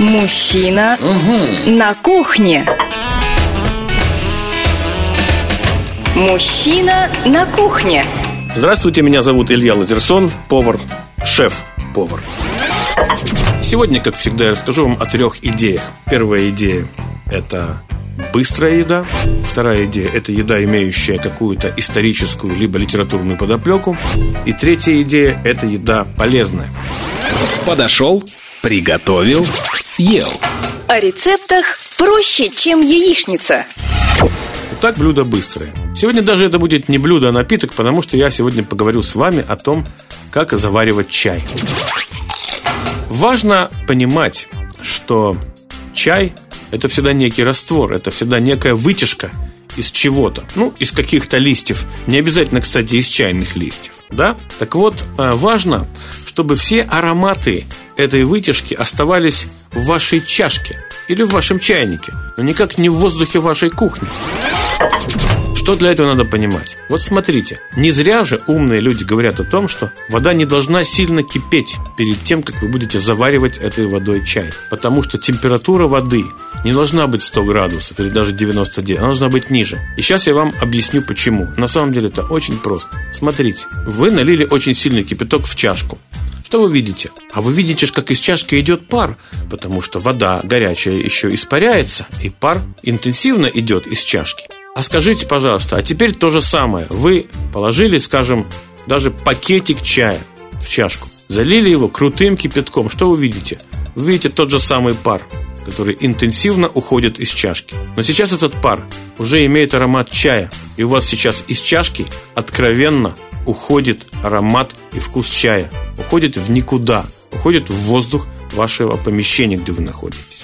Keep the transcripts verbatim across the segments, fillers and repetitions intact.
Мужчина угу. на кухне. Мужчина на кухне. Здравствуйте, меня зовут Илья Лазерсон, повар, шеф-повар. Сегодня, как всегда, я расскажу вам о трех идеях. Первая идея – это быстрая еда. Вторая идея – это еда, имеющая какую-то историческую либо литературную подоплеку. И третья идея – это еда полезная. Подошел, приготовил, съел. О рецептах проще, чем яичница. Итак, блюдо быстрое. Сегодня даже это будет не блюдо, а напиток, потому что я сегодня поговорю с вами о том, как заваривать чай. Важно понимать, что чай – это всегда некий раствор, это всегда некая вытяжка из чего-то. Ну, из каких-то листьев. Не обязательно, кстати, из чайных листьев. Да? Так вот, важно, чтобы все ароматы этой вытяжки оставались в вашей чашке или в вашем чайнике, но никак не в воздухе вашей кухни. Что для этого надо понимать? Вот смотрите, не зря же умные люди говорят о том, что вода не должна сильно кипеть перед тем, как вы будете заваривать этой водой чай. Потому что температура воды не должна быть сто градусов или даже девяносто девять, она должна быть ниже. И сейчас я вам объясню почему. На самом деле это очень просто. Смотрите, вы налили очень сильный кипяток в чашку. Что вы видите? А вы видите, как из чашки идет пар, потому что вода горячая еще испаряется, и пар интенсивно идет из чашки. А скажите, пожалуйста, а теперь то же самое. Вы положили, скажем, даже пакетик чая в чашку, залили его крутым кипятком. Что вы видите? Вы видите тот же самый пар, который интенсивно уходит из чашки. Но сейчас этот пар уже имеет аромат чая, и у вас сейчас из чашки откровенно уходит аромат и вкус чая. Уходит в никуда, уходит в воздух вашего помещения, где вы находитесь.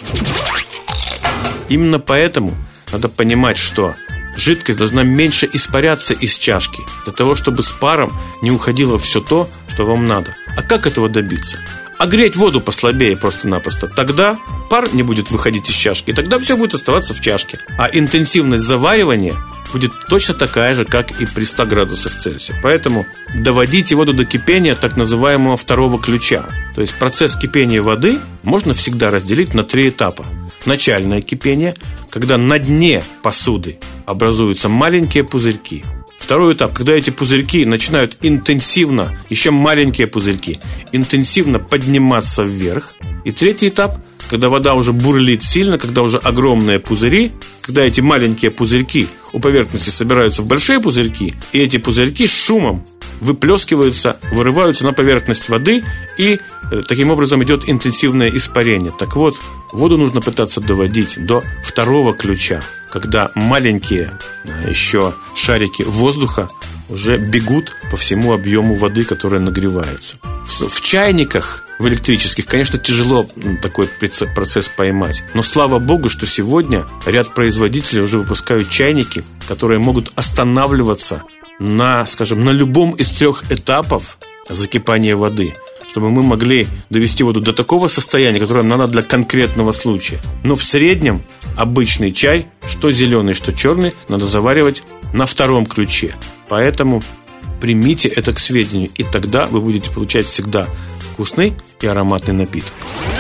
Именно поэтому надо понимать, что жидкость должна меньше испаряться из чашки, для того, чтобы с паром не уходило все то, что вам надо. А как этого добиться? А греть воду послабее просто-напросто. Тогда пар не будет выходить из чашки, и тогда все будет оставаться в чашке. А интенсивность заваривания будет точно такая же, как и при ста градусах Цельсия. Поэтому доводите воду до кипения так называемого второго ключа. То есть процесс кипения воды можно всегда разделить на три этапа. Начальное кипение, когда на дне посуды образуются маленькие пузырьки. Второй этап, когда эти пузырьки начинают интенсивно, еще маленькие пузырьки, интенсивно подниматься вверх. И третий этап, когда вода уже бурлит сильно, когда уже огромные пузыри, когда эти маленькие пузырьки у поверхности собираются в большие пузырьки, и эти пузырьки с шумом выплескиваются, вырываются на поверхность воды, и э, таким образом идет интенсивное испарение. Так вот, воду нужно пытаться доводить до второго ключа, когда маленькие э, еще шарики воздуха уже бегут по всему объему воды, которая нагревается. В, в чайниках, в электрических, конечно, тяжело такой процесс поймать. Но слава богу, что сегодня ряд производителей уже выпускают чайники, которые могут останавливаться на, скажем, на любом из трех этапов закипания воды, чтобы мы могли довести воду до такого состояния, которое нам надо для конкретного случая. Но в среднем обычный чай, что зеленый, что черный, надо заваривать на втором ключе. Поэтому примите это к сведению, и тогда вы будете получать всегда вкусный и ароматный напиток.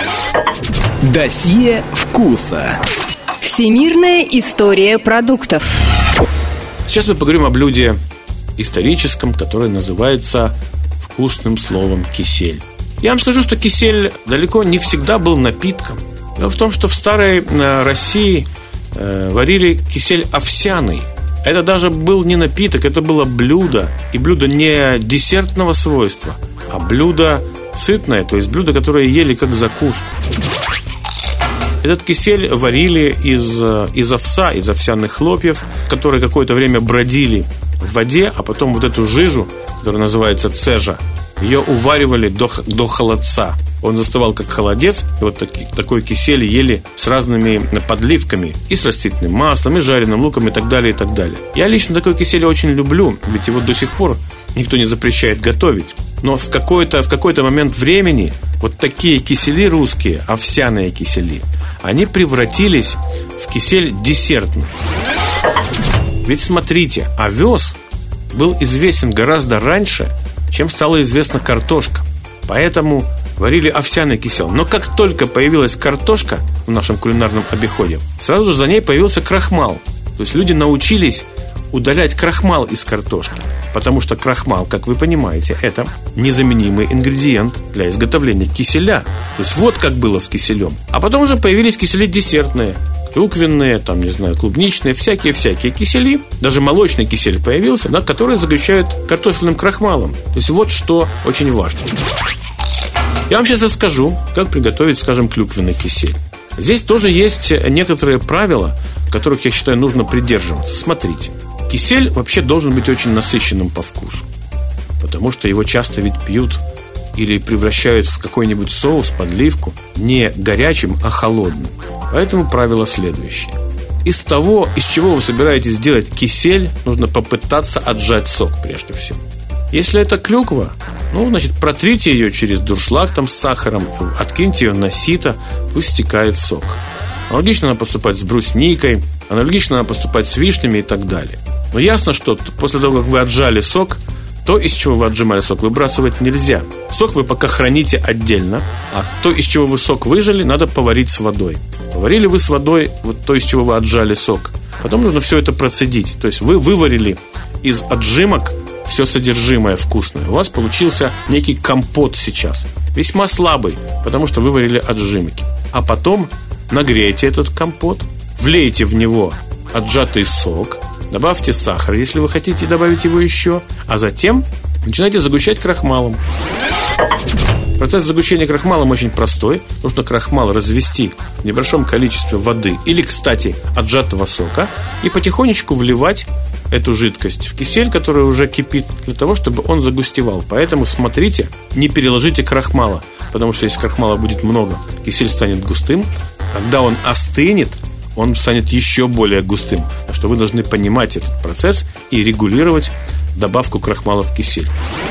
Досье вкуса. Всемирная история продуктов. Сейчас мы поговорим о блюде историческом, которое называется вкусным словом кисель. Я вам скажу, что кисель далеко не всегда был напитком. Дело в том, что в старой России э, варили кисель овсяный. Это даже был не напиток, это было блюдо. И блюдо не десертного свойства, а блюдо сытное, то есть блюдо, которое ели как закуску. Этот кисель варили из, из овса, из овсяных хлопьев, которые какое-то время бродили в воде, а потом вот эту жижу, которая называется цежа, ее уваривали до, до холодца. Он застывал как холодец, и вот таки, такой кисель ели с разными подливками, и с растительным маслом, и жареным луком, и так далее, и так далее. Я лично такой кисель очень люблю, ведь его до сих пор никто не запрещает готовить. Но в какой-то, в какой-то момент времени вот такие кисели русские, овсяные кисели, они превратились в кисель десертный. Ведь смотрите, овес был известен гораздо раньше, чем стала известна картошка. Поэтому варили овсяный кисель. Но как только появилась картошка в нашем кулинарном обиходе, сразу же за ней появился крахмал. То есть люди научились удалять крахмал из картошки, потому что крахмал, как вы понимаете, это незаменимый ингредиент для изготовления киселя. То есть вот как было с киселем. А потом уже появились кисели десертные, клюквенные, там, не знаю, клубничные, всякие-всякие кисели. Даже молочный кисель появился, да, который загущают картофельным крахмалом. То есть вот что очень важно. Я вам сейчас расскажу, как приготовить, скажем, клюквенный кисель. Здесь тоже есть некоторые правила, которых, я считаю, нужно придерживаться. Смотрите, кисель вообще должен быть очень насыщенным по вкусу, потому что его часто ведь пьют или превращают в какой-нибудь соус, подливку не горячим, а холодным. Поэтому правило следующее. Из того, из чего вы собираетесь сделать кисель, нужно попытаться отжать сок прежде всего. Если это клюква, ну, значит, протрите ее через дуршлаг там с сахаром, откиньте ее на сито, пусть стекает сок. Аналогично надо поступать с брусникой, аналогично надо поступать с вишнями и так далее. Но ясно, что после того, как вы отжали сок, то, из чего вы отжимали сок, выбрасывать нельзя. Сок вы пока храните отдельно, а то, из чего вы сок выжали, надо поварить с водой. Поварили вы с водой вот то, из чего вы отжали сок. Потом нужно все это процедить. То есть вы выварили из отжимок все содержимое вкусное. У вас получился некий компот сейчас. Весьма слабый, потому что выварили отжимки. А потом нагрейте этот компот, влейте в него отжатый сок, добавьте сахар, если вы хотите добавить его еще, а затем начинайте загущать крахмалом. Процесс загущения крахмалом очень простой. Нужно крахмал развести в небольшом количестве воды или, кстати, отжатого сока и потихонечку вливать эту жидкость в кисель, который уже кипит, для того, чтобы он загустевал. Поэтому смотрите, не переложите крахмала, потому что если крахмала будет много, кисель станет густым. Когда он остынет, он станет еще более густым. Так что вы должны понимать этот процесс и регулировать добавку крахмала в кисель.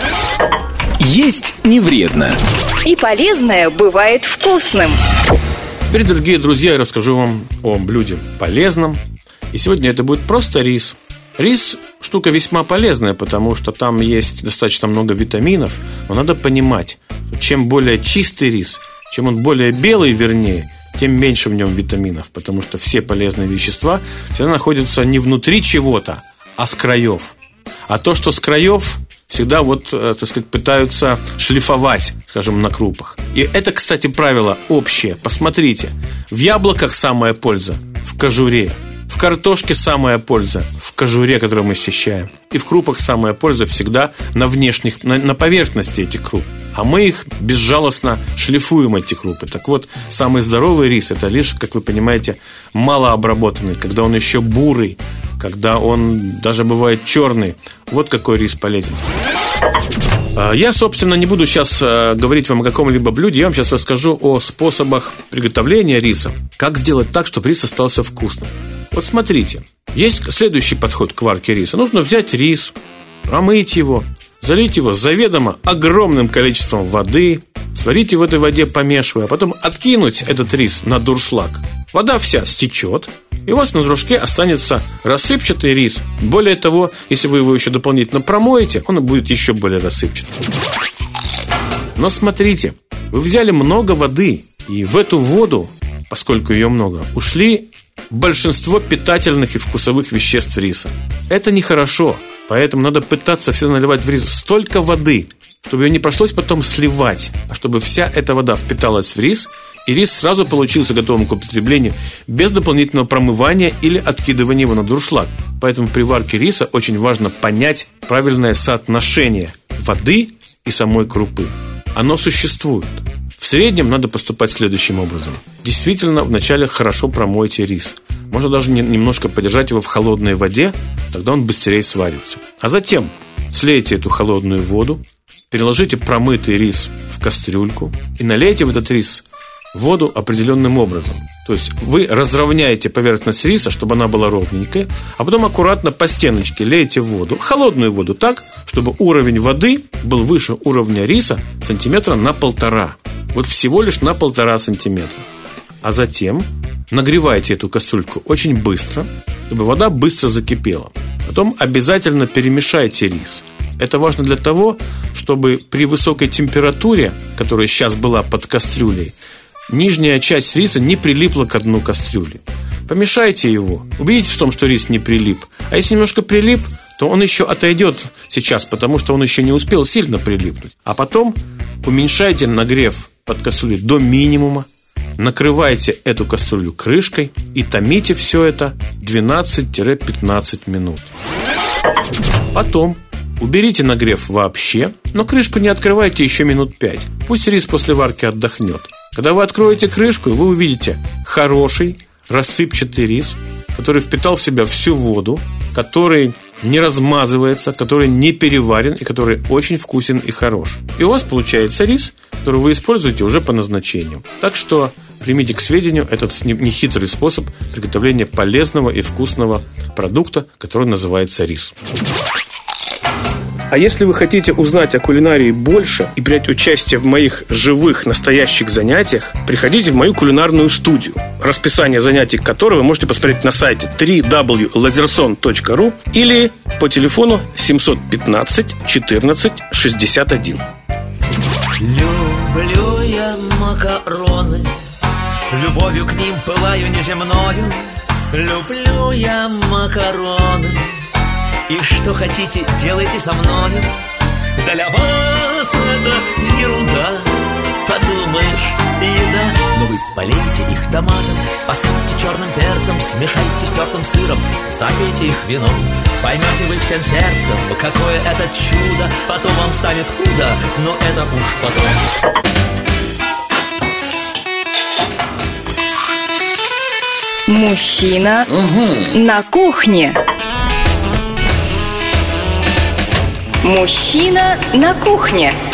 Есть не вредно. И полезное бывает вкусным. Теперь, дорогие друзья, я расскажу вам о блюде полезном. И сегодня это будет просто рис. Рис – штука весьма полезная, потому что там есть достаточно много витаминов. Но надо понимать, что чем более чистый рис, чем он более белый, вернее, тем меньше в нем витаминов. Потому что все полезные вещества всегда находятся не внутри чего-то, а с краев. А то, что с краев, всегда вот, так сказать, пытаются шлифовать, скажем, на крупах. И это, кстати, правило общее. Посмотрите, в яблоках самая польза в кожуре. В картошке самая польза в кожуре, которую мы счищаем. И в крупах самая польза всегда на внешних, на, на поверхности этих круп. А мы их безжалостно шлифуем, эти крупы. Так вот, самый здоровый рис – это лишь, как вы понимаете, малообработанный, когда он еще бурый, когда он даже бывает черный. Вот какой рис полезен. Я, собственно, не буду сейчас говорить вам о каком-либо блюде. Я вам сейчас расскажу о способах приготовления риса. Как сделать так, чтобы рис остался вкусным. Вот смотрите, есть следующий подход к варке риса. Нужно взять рис, промыть его, залить его заведомо огромным количеством воды, сварить его в этой воде, помешивая, а потом откинуть этот рис на дуршлаг. Вода вся стечет, и у вас на дружке останется рассыпчатый рис. Более того, если вы его еще дополнительно промоете, он будет еще более рассыпчатым. Но смотрите, вы взяли много воды, и в эту воду, поскольку ее много, ушли большинство питательных и вкусовых веществ риса. Это нехорошо, поэтому надо пытаться всегда наливать в рис столько воды, чтобы ее не пришлось потом сливать, а чтобы вся эта вода впиталась в рис, и рис сразу получился готовым к употреблению без дополнительного промывания или откидывания его на дуршлаг. Поэтому при варке риса очень важно понять правильное соотношение воды и самой крупы. Оно существует. В среднем надо поступать следующим образом. Действительно, вначале хорошо промойте рис. Можно даже немножко подержать его в холодной воде, тогда он быстрее сварится. А затем слейте эту холодную воду, переложите промытый рис в кастрюльку и налейте в этот рис воду определенным образом. То есть вы разровняете поверхность риса, чтобы она была ровненькая, а потом аккуратно по стеночке лейте воду, холодную воду, так, чтобы уровень воды был выше уровня риса сантиметра на полтора. Вот всего лишь на полтора сантиметра. А затем нагревайте эту кастрюльку очень быстро, чтобы вода быстро закипела. Потом обязательно перемешайте рис. Это важно для того, чтобы при высокой температуре, которая сейчас была под кастрюлей, нижняя часть риса не прилипла к дну кастрюли. Помешайте его, убедитесь в том, что рис не прилип. А если немножко прилип, то он еще отойдет сейчас, потому что он еще не успел сильно прилипнуть. А потом уменьшайте нагрев под кастрюлей до минимума, накрывайте эту кастрюлю крышкой и томите все это двенадцать-пятнадцать минут. Потом уберите нагрев вообще, но крышку не открывайте еще минут пять. Пусть рис после варки отдохнет. Когда вы откроете крышку, вы увидите хороший рассыпчатый рис, который впитал в себя всю воду, который не размазывается, который не переварен и который очень вкусен и хорош. И у вас получается рис, который вы используете уже по назначению. Так что примите к сведению этот нехитрый способ приготовления полезного и вкусного продукта, который называется рис. А если вы хотите узнать о кулинарии больше и принять участие в моих живых, настоящих занятиях, приходите в мою кулинарную студию, расписание занятий которой вы можете посмотреть на сайте три дабл ю точка лазерсон точка ру или по телефону семьсот пятнадцать четырнадцать шестьдесят один. Люблю я макароны, любовью к ним пылаю неземною. Люблю я макароны, и что хотите, делайте со мною. Для вас это ерунда, подумаешь, еда. Но вы полейте их томатом, посыпьте черным перцем, смешайте с тертым сыром, запейте их вином. Поймете вы всем сердцем, какое это чудо. Потом вам станет худо, но это уж потом. Мужчина угу. на кухне. Мужчина на кухне.